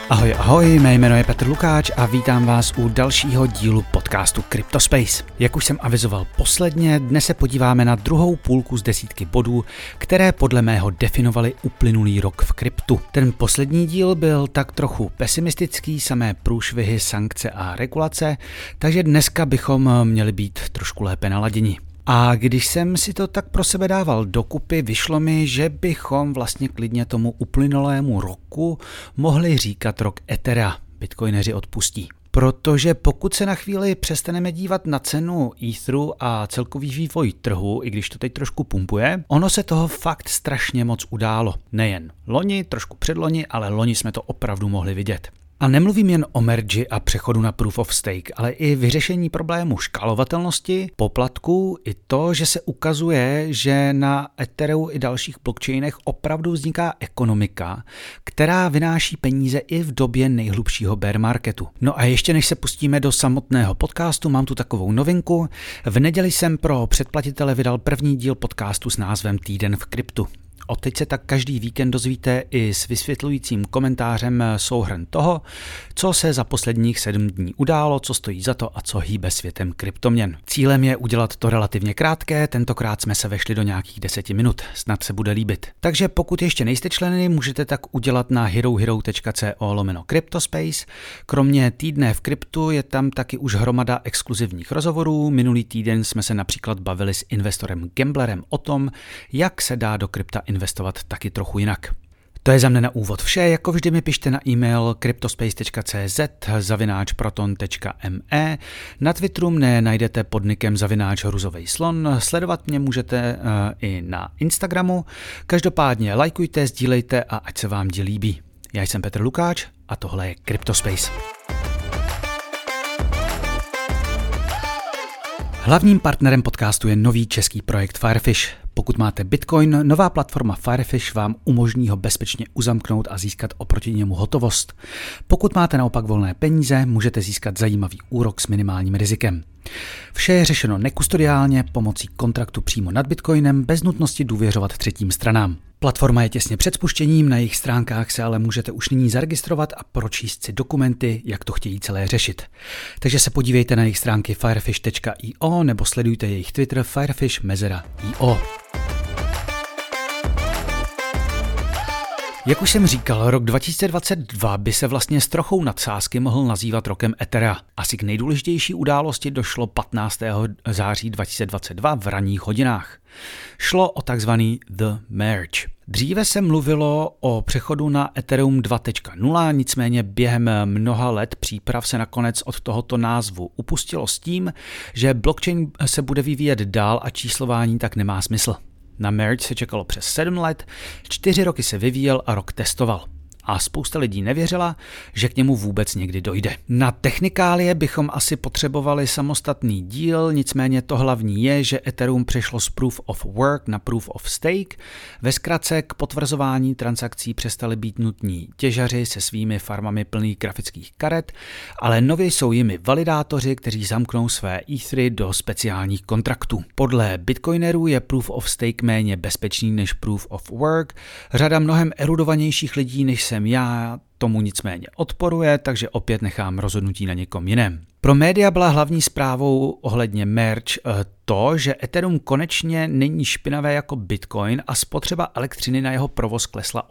Ahoj, ahoj, mé jméno je Petr Lukáč a vítám vás u dalšího dílu podcastu CryptoSpace. Jak už jsem avizoval posledně, dnes se podíváme na druhou půlku z 10 bodů, které podle mého definovaly uplynulý rok v kryptu. Ten poslední díl byl tak trochu pesimistický, samé průšvihy, sankce a regulace, takže dneska bychom měli být trošku lépe naladěni. A když jsem si to tak pro sebe dával dokupy, vyšlo mi, že bychom vlastně klidně tomu uplynulému roku mohli říkat rok Ethera. Bitcoineři odpustí. Protože pokud se na chvíli přestaneme dívat na cenu Etheru a celkový vývoj trhu, i když to teď trošku pumpuje, ono se toho fakt strašně moc událo. Nejen loni, trošku předloni, ale loni jsme to opravdu mohli vidět. A nemluvím jen o merži a přechodu na Proof of Stake, ale i vyřešení problému škálovatelnosti, poplatků, i to, že se ukazuje, že na Etheru i dalších blockchainech opravdu vzniká ekonomika, která vynáší peníze i v době nejhlubšího bear marketu. No a ještě než se pustíme do samotného podcastu, mám tu takovou novinku. V neděli jsem pro předplatitele vydal první díl podcastu s názvem Týden v kryptu. Odteď se tak každý víkend dozvíte i s vysvětlujícím komentářem souhrn toho, co se za posledních 7 dní událo, co stojí za to a co hýbe světem kryptoměn. Cílem je udělat to relativně krátké, tentokrát jsme se vešli do nějakých 10 minut, snad se bude líbit. Takže pokud ještě nejste členy, můžete tak udělat na herohero.co/CryptoSpace. Kromě týdne v kryptu je tam taky už hromada exkluzivních rozhovorů. Minulý týden jsme se například bavili s investorem Gamblerem o tom, jak se dá do krypta investovat taky trochu jinak. To je za mne na úvod vše, jako vždy mi pište na e-mail cryptospace.cz /proton.me, na Twitteru mne najdete pod nickem @hruzovejslon, sledovat mě můžete i na Instagramu, každopádně lajkujte, sdílejte a ať se vám díl líbí. Já jsem Petr Lukáč a tohle je CryptoSpace. Hlavním partnerem podcastu je nový český projekt Firefish. Pokud máte Bitcoin, nová platforma Firefish vám umožní ho bezpečně uzamknout a získat oproti němu hotovost. Pokud máte naopak volné peníze, můžete získat zajímavý úrok s minimálním rizikem. Vše je řešeno nekustodiálně pomocí kontraktu přímo nad Bitcoinem bez nutnosti důvěřovat třetím stranám. Platforma je těsně před spuštěním, na jejich stránkách se ale můžete už nyní zaregistrovat a pročíst si dokumenty, jak to chtějí celé řešit. Takže se podívejte na jejich stránky firefish.io nebo sledujte jejich Twitter firefish_io. Jak už jsem říkal, rok 2022 by se vlastně s trochou nadsázky mohl nazývat rokem Ethera. Asi k nejdůležitější události došlo 15. září 2022 v ranních hodinách. Šlo o takzvaný The Merge. Dříve se mluvilo o přechodu na Ethereum 2.0, nicméně během mnoha let příprav se nakonec od tohoto názvu upustilo s tím, že blockchain se bude vyvíjet dál a číslování tak nemá smysl. Na merge se čekalo přes 7 let, 4 roky se vyvíjel a rok testoval. A spousta lidí nevěřila, že k němu vůbec někdy dojde. Na technikálie bychom asi potřebovali samostatný díl, nicméně to hlavní je, že Ethereum přešlo z Proof of Work na Proof of Stake. Ve zkratce k potvrzování transakcí přestali být nutní těžaři se svými farmami plných grafických karet, ale nově jsou jimi validátoři, kteří zamknou své Ethery do speciálních kontraktů. Podle bitcoinerů je Proof of Stake méně bezpečný než Proof of Work. Řada mnohem erudovanějších lidí než jsem já tomu nicméně odporuje, takže opět nechám rozhodnutí na někom jiném. Pro média byla hlavní zprávou ohledně merge to, že Ethereum konečně není špinavé jako Bitcoin a spotřeba elektřiny na jeho provoz klesla o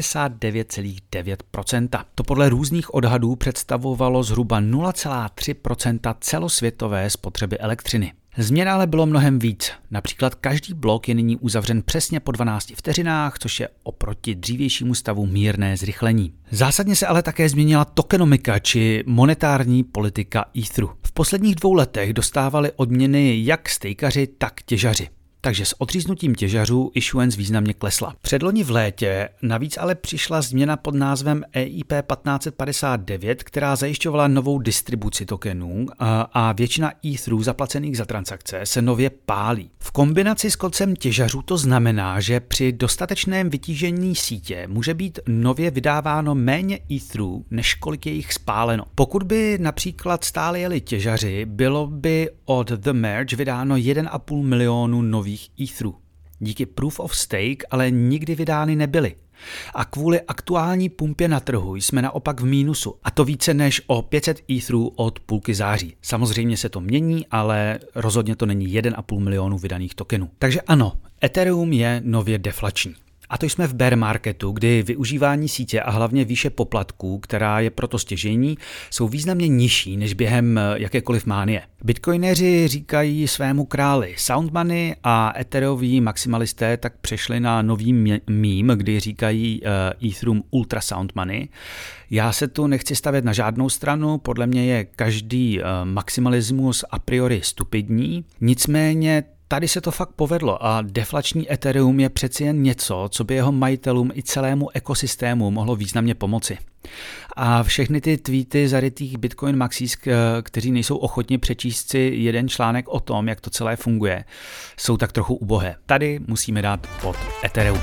99,9%. To podle různých odhadů představovalo zhruba 0,3% celosvětové spotřeby elektřiny. Změn ale bylo mnohem víc. Například každý blok je nyní uzavřen přesně po 12 vteřinách, což je oproti dřívějšímu stavu mírné zrychlení. Zásadně se ale také změnila tokenomika či monetární politika Etheru. V posledních 2 letech dostávali odměny jak stejkaři, tak těžaři. Takže s odříznutím těžařů issuance významně klesla. Předloni v létě navíc ale přišla změna pod názvem EIP 1559, která zajišťovala novou distribuci tokenů a většina Etherů zaplacených za transakce se nově pálí. V kombinaci s koncem těžařů to znamená, že při dostatečném vytížení sítě může být nově vydáváno méně Etherů, než kolik je jich spáleno. Pokud by například stále jeli těžaři, bylo by od The Merge vydáno 1,5 milionu nových Etherů. Díky Proof of Stake ale nikdy vydány nebyly. A kvůli aktuální pumpě na trhu jsme naopak v mínusu, a to více než o 500 etherů od půlky září. Samozřejmě se to mění, ale rozhodně to není 1,5 milionu vydaných tokenů. Takže ano, Ethereum je nově deflační. A to jsme v bear marketu, kdy využívání sítě a hlavně výše poplatků, která je proto stěžejní, jsou významně nižší než během jakékoliv mánie. Bitcoineři říkají svému králi sound money a etheroví maximalisté tak přešli na nový meme, kdy říkají Ethereum ultra sound money. Já se tu nechci stavět na žádnou stranu, podle mě je každý maximalismus a priori stupidní, nicméně tady se to fakt povedlo a deflační Ethereum je přeci jen něco, co by jeho majitelům i celému ekosystému mohlo významně pomoci. A všechny ty tweety zarytých Bitcoin maxis, kteří nejsou ochotni přečíst si jeden článek o tom, jak to celé funguje, jsou tak trochu ubohé. Tady musíme dát pod Ethereum.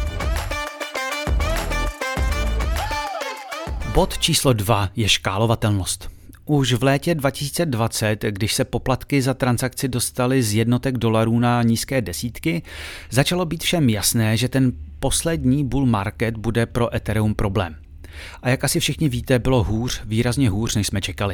Bod číslo 2 je škálovatelnost. Už v létě 2020, když se poplatky za transakci dostaly z jednotek dolarů na nízké desítky, začalo být všem jasné, že ten poslední bull market bude pro Ethereum problém. A jak asi všichni víte, bylo hůř, výrazně hůř, než jsme čekali.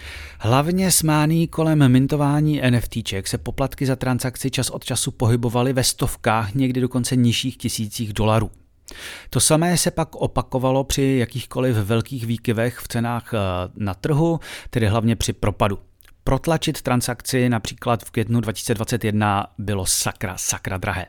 Hlavně s mánií kolem mintování NFTček se poplatky za transakci čas od času pohybovaly ve stovkách, někdy dokonce nižších tisících dolarů. To samé se pak opakovalo při jakýchkoliv velkých výkyvech v cenách na trhu, tedy hlavně při propadu. Protlačit transakci například v květnu 2021 bylo sakra drahé.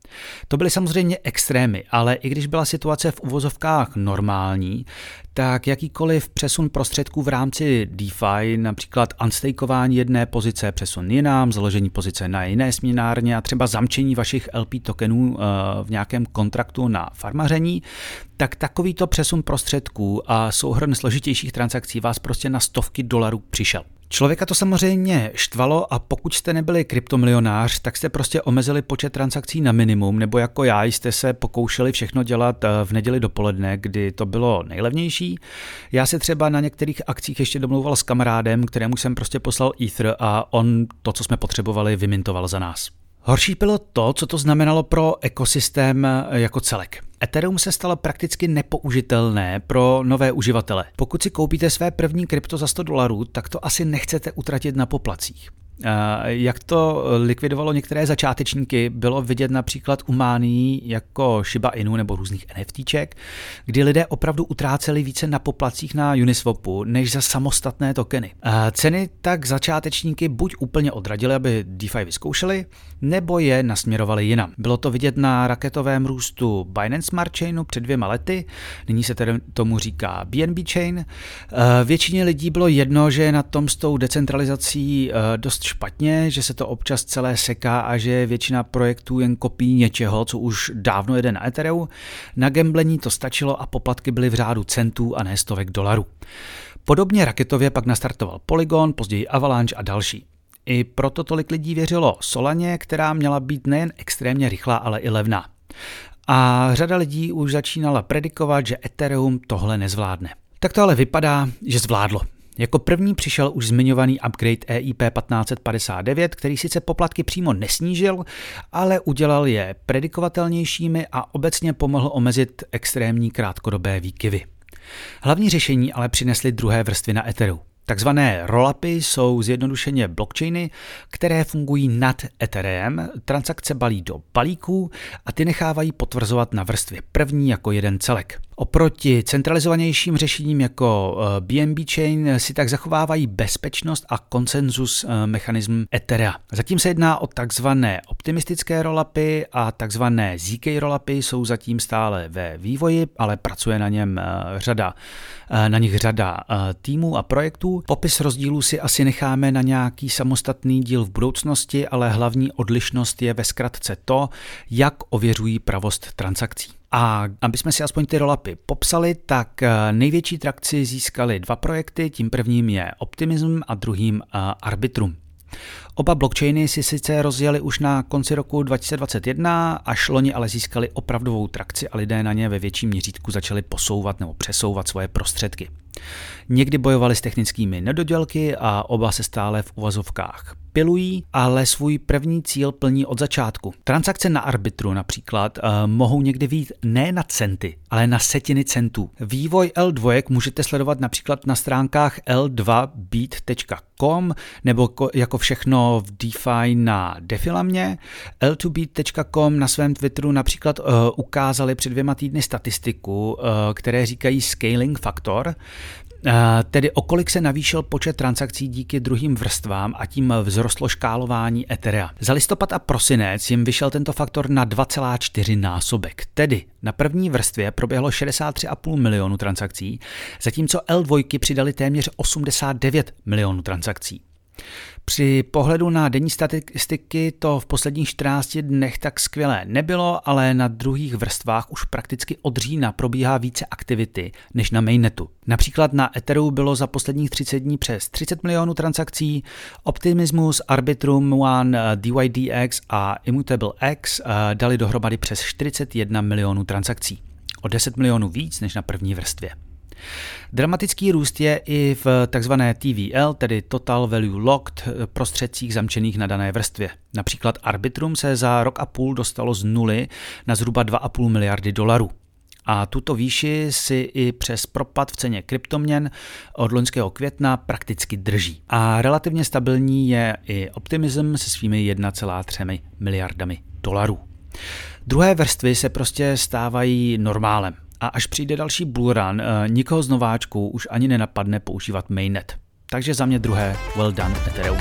To byly samozřejmě extrémy, ale i když byla situace v uvozovkách normální, tak jakýkoliv přesun prostředků v rámci DeFi, například unstakeování jedné pozice, přesun jinam, založení pozice na jiné směnárně a třeba zamčení vašich LP tokenů v nějakém kontraktu na farmaření, tak takovýto přesun prostředků a souhrn složitějších transakcí vás prostě na stovky dolarů přišel. Člověka to samozřejmě štvalo a pokud jste nebyli kryptomilionář, tak jste prostě omezili počet transakcí na minimum, nebo jako já jste se pokoušeli všechno dělat v neděli dopoledne, kdy to bylo nejlevnější. Já se třeba na některých akcích ještě domlouval s kamarádem, kterému jsem prostě poslal Ether a on to, co jsme potřebovali, vymintoval za nás. Horší bylo to, co to znamenalo pro ekosystém jako celek. Ethereum se stalo prakticky nepoužitelné pro nové uživatele. Pokud si koupíte své první krypto za $100, tak to asi nechcete utratit na poplatcích. Jak to likvidovalo některé začátečníky, bylo vidět například u mánií jako Shiba Inu nebo různých NFTček, kdy lidé opravdu utráceli více na poplatcích na Uniswapu než za samostatné tokeny. Ceny tak začátečníky buď úplně odradily, aby DeFi vyzkoušeli, nebo je nasměrovali jinam. Bylo to vidět na raketovém růstu Binance Smart Chainu před 2 lety, nyní se tedy tomu říká BNB Chain. Většině lidí bylo jedno, že je na tom s tou decentralizací dost špatně, že se to občas celé seká a že většina projektů jen kopií něčeho, co už dávno jede na Ethereum. Na gamblení to stačilo a poplatky byly v řádu centů a ne stovek dolarů. Podobně raketově pak nastartoval Polygon, později Avalanche a další. I proto tolik lidí věřilo Solaně, která měla být nejen extrémně rychlá, ale i levná. A řada lidí už začínala predikovat, že Ethereum tohle nezvládne. Tak to ale vypadá, že zvládlo. Jako první přišel už zmiňovaný upgrade EIP 1559, který sice poplatky přímo nesnížil, ale udělal je predikovatelnějšími a obecně pomohl omezit extrémní krátkodobé výkyvy. Hlavní řešení ale přinesly druhé vrstvy na Ethereum. Takzvané rollupy jsou zjednodušeně blockchainy, které fungují nad Ethereum, transakce balí do balíků a ty nechávají potvrzovat na vrstvě první jako jeden celek. Oproti centralizovanějším řešením jako BNB Chain si tak zachovávají bezpečnost a konsenzus mechanism Etherea. Zatím se jedná o takzvané optimistické rollupy a takzvané ZK rollupy jsou zatím stále ve vývoji, ale pracuje na nich řada týmů a projektů. Popis rozdílů si asi necháme na nějaký samostatný díl v budoucnosti, ale hlavní odlišnost je ve zkratce to, jak ověřují pravost transakcí. A aby jsme si aspoň ty rollupy popsali, tak největší trakci získaly 2 projekty, tím prvním je Optimism a druhým Arbitrum. Oba blockchainy si sice rozjeli už na konci roku 2021, až loni ale získali opravdovou trakci a lidé na ně ve větším měřítku začali posouvat nebo přesouvat svoje prostředky. Někdy bojovali s technickými nedodělky a oba se stále v uvozovkách pilují, ale svůj první cíl plní od začátku. Transakce na Arbitru například mohou někdy vyjít ne na centy, ale na setiny centů. Vývoj L2 můžete sledovat například na stránkách l2beat.com nebo jako všechno v DeFi na Defilamě. l2beat.com na svém Twitteru například ukázali před 2 týdny statistiku, které říkají scaling factor, tedy o kolik se navýšil počet transakcí díky druhým vrstvám a tím vzrostlo škálování Etherea. Za listopad a prosinec jim vyšel tento faktor na 2,4 násobek, tedy na první vrstvě proběhlo 63,5 milionu transakcí, zatímco L2 přidali téměř 89 milionů transakcí. Při pohledu na denní statistiky to v posledních 14 dnech tak skvělé nebylo, ale na druhých vrstvách už prakticky od října probíhá více aktivity než na mainnetu. Například na Etheru bylo za posledních 30 dní přes 30 milionů transakcí, Optimismus, Arbitrum One, DYDX a Immutable X dali dohromady přes 41 milionů transakcí. O 10 milionů víc než na první vrstvě. Dramatický růst je i v takzvané TVL, tedy Total Value Locked, prostředcích zamčených na dané vrstvě. Například Arbitrum se za rok a půl dostalo z nuly na zhruba 2,5 miliardy dolarů. A tuto výši si i přes propad v ceně kryptoměn od loňského května prakticky drží. A relativně stabilní je i Optimism se svými 1,3 miliardami dolarů. Druhé vrstvy se prostě stávají normálem. A až přijde další bullrun, nikoho z nováčků už ani nenapadne používat mainnet. Takže za mě druhé well done Ethereum.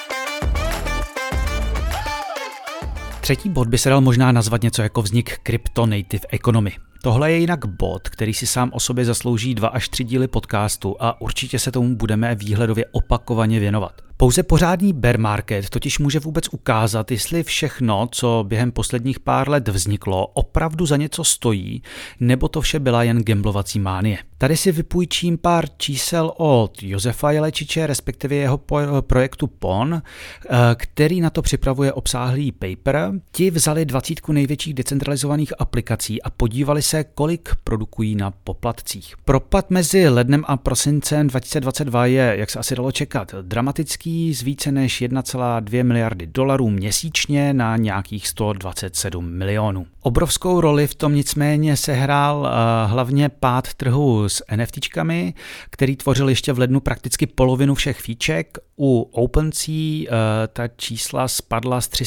Třetí bod by se dal možná nazvat něco jako vznik Crypto Native Economy. Tohle je jinak bod, který si sám o sobě zaslouží 2 až 3 díly podcastu a určitě se tomu budeme výhledově opakovaně věnovat. Pouze pořádný bear market totiž může vůbec ukázat, jestli všechno, co během posledních pár let vzniklo, opravdu za něco stojí, nebo to vše byla jen gamblovací mánie. Tady si vypůjčím pár čísel od Josefa Jelečiče, respektive jeho projektu PON, který na to připravuje obsáhlý paper. Ti vzali 20 největších decentralizovaných aplikací a podívali se, kolik produkují na poplatcích. Propad mezi lednem a prosincem 2022 je, jak se asi dalo čekat, dramatický, z více než 1,2 miliardy dolarů měsíčně na nějakých 127 milionů. Obrovskou roli v tom nicméně sehrál hlavně pád trhu s NFTčkami, který tvořil ještě v lednu prakticky polovinu všech fíček. U OpenSea ta čísla spadla z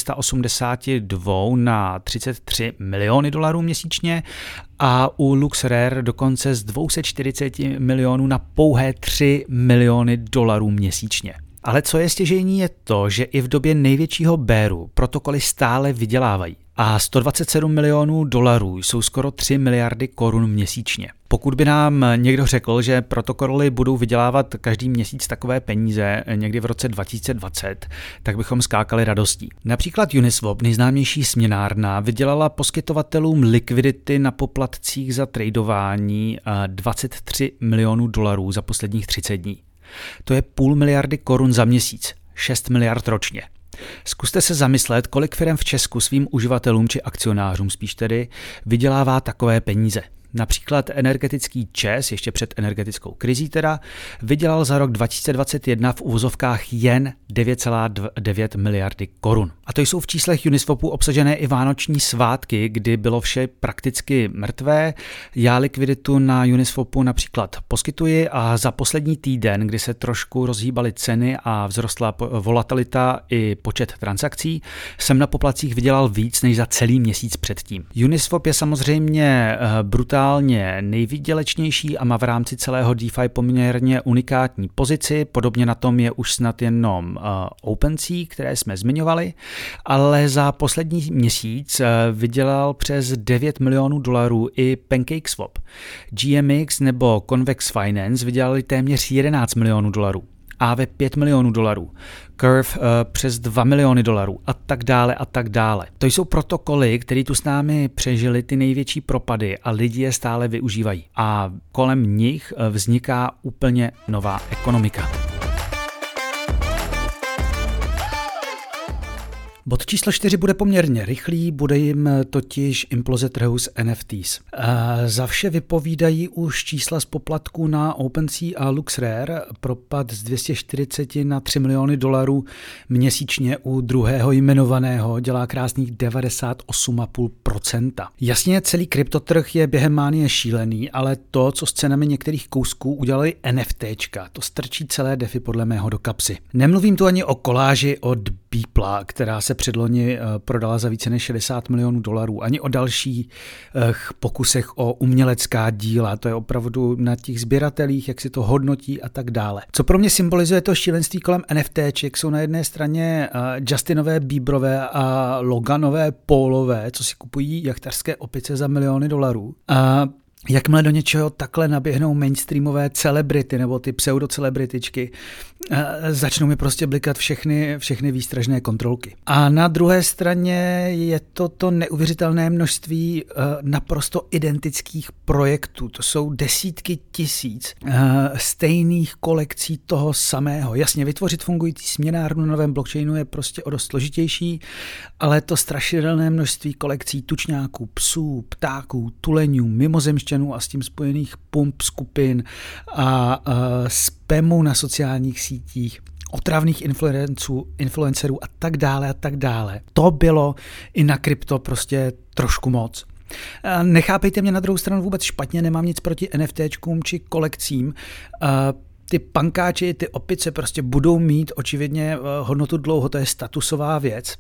382 na 33 miliony dolarů měsíčně a u LuxRare dokonce z 240 milionů na pouhé 3 miliony dolarů měsíčně. Ale co je stěžejní je to, že i v době největšího bearu protokoly stále vydělávají. A 127 milionů dolarů jsou skoro 3 miliardy korun měsíčně. Pokud by nám někdo řekl, že protokoly budou vydělávat každý měsíc takové peníze někdy v roce 2020, tak bychom skákali radostí. Například Uniswap, nejznámější směnárna, vydělala poskytovatelům likvidity na poplatcích za tradování 23 milionů dolarů za posledních 30 dní. To je 0,5 miliardy korun za měsíc, 6 miliard ročně. Zkuste se zamyslet, kolik firem v Česku svým uživatelům či akcionářům spíš tedy vydělává takové peníze. Například energetický ČEZ, ještě před energetickou krizí teda, vydělal za rok 2021 v uvozovkách jen 9,9 miliardy korun. A to jsou v číslech Uniswapu obsažené i vánoční svátky, kdy bylo vše prakticky mrtvé. Já likviditu na Uniswapu například poskytuji a za poslední týden, kdy se trošku rozhýbaly ceny a vzrostla volatilita i počet transakcí, jsem na poplatcích vydělal víc než za celý měsíc předtím. Uniswap je samozřejmě brutální nejvýdělečnější a má v rámci celého DeFi poměrně unikátní pozici. Podobně na tom je už snad jenom OpenSea, které jsme zmiňovali, ale za poslední měsíc vydělal přes 9 milionů dolarů i PancakeSwap. GMX nebo Convex Finance vydělali téměř 11 milionů dolarů. AV 5 milionů dolarů, Curve přes 2 miliony dolarů a tak dále a tak dále. To jsou protokoly, které tu s námi přežili ty největší propady a lidi je stále využívají. A kolem nich vzniká úplně nová ekonomika. Bod číslo 4 bude poměrně rychlý, bude jim totiž imploze trhu s NFTs. Za vše vypovídají už čísla z poplatků na OpenSea a LuxRare, propad z 240 na 3 miliony dolarů měsíčně u druhého jmenovaného dělá krásných 98,5%. Jasně, celý kryptotrh je během mánie šílený, ale to, co s cenami některých kousků udělali NFTčka, to strčí celé DeFi podle mého do kapsy. Nemluvím tu ani o koláži od Beepla, která se předloni prodala za více než 60 milionů dolarů, ani o dalších pokusech o umělecká díla. To je opravdu na těch sběratelích, jak si to hodnotí a tak dále. Co pro mě symbolizuje to šílenství kolem NFTček, jsou na jedné straně Justinové Bieberové a Loganové Paulové, co si kupují jachtařské opice za miliony dolarů. Jakmile do něčeho takhle naběhnou mainstreamové celebrity nebo ty pseudocelebritičky, začnou mi prostě blikat všechny výstražné kontrolky. A na druhé straně je to neuvěřitelné množství naprosto identických projektů. To jsou desítky tisíc stejných kolekcí toho samého. Jasně, vytvořit fungující směnárnu na novém blockchainu je prostě o dost složitější, ale to strašidelné množství kolekcí tučňáků, psů, ptáků, tuleňů, mimozemšťanů a s tím spojených pump skupin a spamu na sociálních sítích, otravných influencerů a tak dále. To bylo i na krypto prostě trošku moc. Nechápejte mě na druhou stranu vůbec špatně, nemám nic proti NFTčkům či kolekcím. Ty pankáči, ty opice prostě budou mít očividně hodnotu dlouho, to je statusová věc.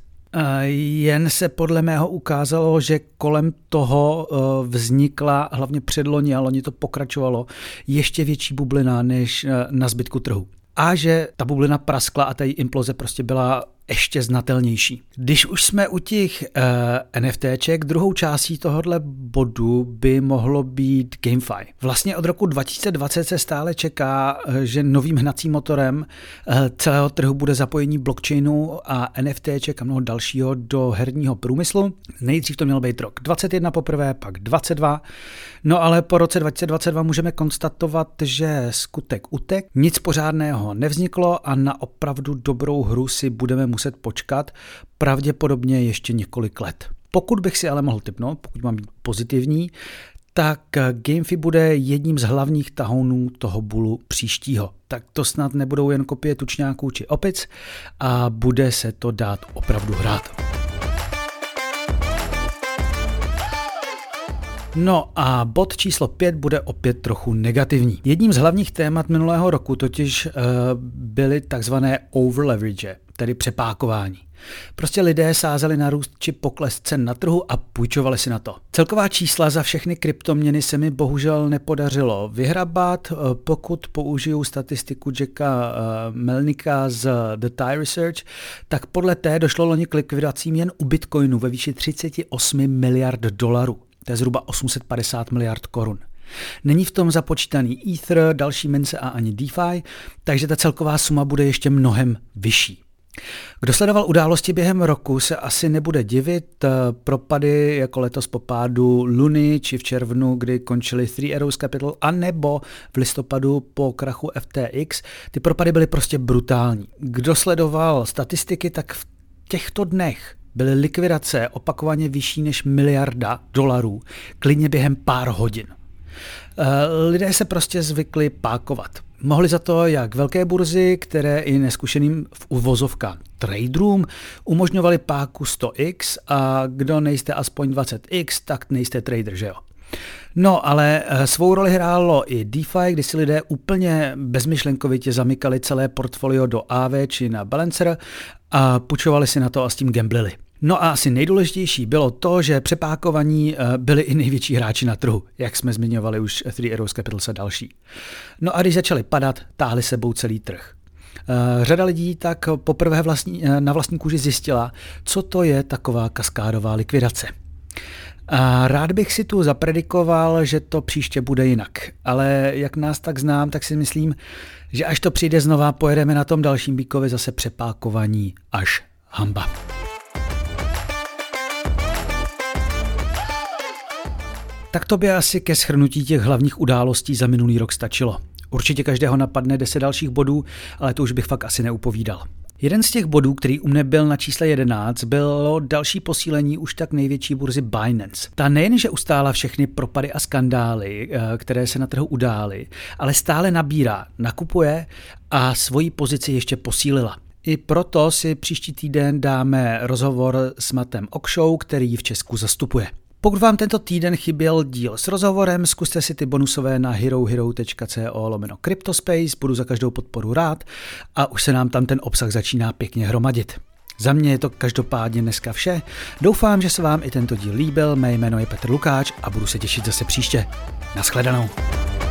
Jen se podle mého ukázalo, že kolem toho vznikla hlavně předloni a loni to pokračovalo ještě větší bublina než na zbytku trhu. A že ta bublina praskla a ta její imploze prostě byla ještě znatelnější. Když už jsme u těch NFTček, druhou částí tohohle bodu by mohlo být GameFi. Vlastně od roku 2020 se stále čeká, že novým hnacím motorem celého trhu bude zapojení blockchainu a NFTček a mnoho dalšího do herního průmyslu. Nejdřív to měl být rok 2021 poprvé, pak 2022. No ale po roce 2022 můžeme konstatovat, že skutek utek, nic pořádného nevzniklo a na opravdu dobrou hru si budeme muset počkat, pravděpodobně ještě několik let. Pokud bych si ale mohl tipnout, pokud mám být pozitivní, tak GameFi bude jedním z hlavních tahounů toho bulu příštího. Tak to snad nebudou jen kopie tučňáků či opic a bude se to dát opravdu hrát. No a bod číslo 5 bude opět trochu negativní. Jedním z hlavních témat minulého roku totiž byly takzvané overleverage, tedy přepákování. Prostě lidé sázeli na růst či pokles cen na trhu a půjčovali si na to. Celková čísla za všechny kryptoměny se mi bohužel nepodařilo vyhrabat. Pokud použiju statistiku Jacka Melnicka z The TIE Research, tak podle té došlo loni k likvidacím jen u Bitcoinu ve výši 38 miliard dolarů. To je zhruba 850 miliard korun. Není v tom započítaný Ether, další mince a ani DeFi, takže ta celková suma bude ještě mnohem vyšší. Kdo sledoval události během roku, se asi nebude divit. Propady jako letos po pádu Luny či v červnu, kdy končily Three Arrows Capital, anebo v listopadu po krachu FTX, ty propady byly prostě brutální. Kdo sledoval statistiky, tak v těchto dnech byly likvidace opakovaně vyšší než miliarda dolarů, klidně během pár hodin. Lidé se prostě zvykli pákovat. Mohli za to jak velké burzy, které i neskušeným v uvozovkách traderům umožňovali páku 100x a kdo nejste aspoň 20x, tak nejste trader, že jo? No, ale svou roli hrálo i DeFi, kdy si lidé úplně bezmyšlenkovitě zamykali celé portfolio do AV či na Balancer a půjčovali si na to a s tím gamblili. No a asi nejdůležitější bylo to, že přepákovaní byli i největší hráči na trhu, jak jsme zmiňovali už Three Arrows Capital a další. No a když začali padat, táhli sebou celý trh. Řada lidí tak poprvé na vlastní kůži zjistila, co to je taková kaskádová likvidace. A rád bych si tu zapredikoval, že to příště bude jinak, ale jak nás tak znám, tak si myslím, že až to přijde znova, pojedeme na tom dalším bíkovi zase přepákovaní až hamba. Tak to by asi ke shrnutí těch hlavních událostí za minulý rok stačilo. Určitě každého napadne 10 dalších bodů, ale to už bych fakt asi neupovídal. Jeden z těch bodů, který u mne byl na čísle 11, bylo další posílení už tak největší burzy Binance. Ta nejenže ustála všechny propady a skandály, které se na trhu udály, ale stále nabírá, nakupuje a svoji pozici ještě posílila. I proto si příští týden dáme rozhovor s Mattem Okšou, který v Česku zastupuje. Pokud vám tento týden chyběl díl s rozhovorem, zkuste si ty bonusové na herohero.co/cryptospace, budu za každou podporu rád a už se nám tam ten obsah začíná pěkně hromadit. Za mě je to každopádně dneska vše. Doufám, že se vám i tento díl líbil, mé jméno je Petr Lukáč a budu se těšit zase příště. Naschledanou.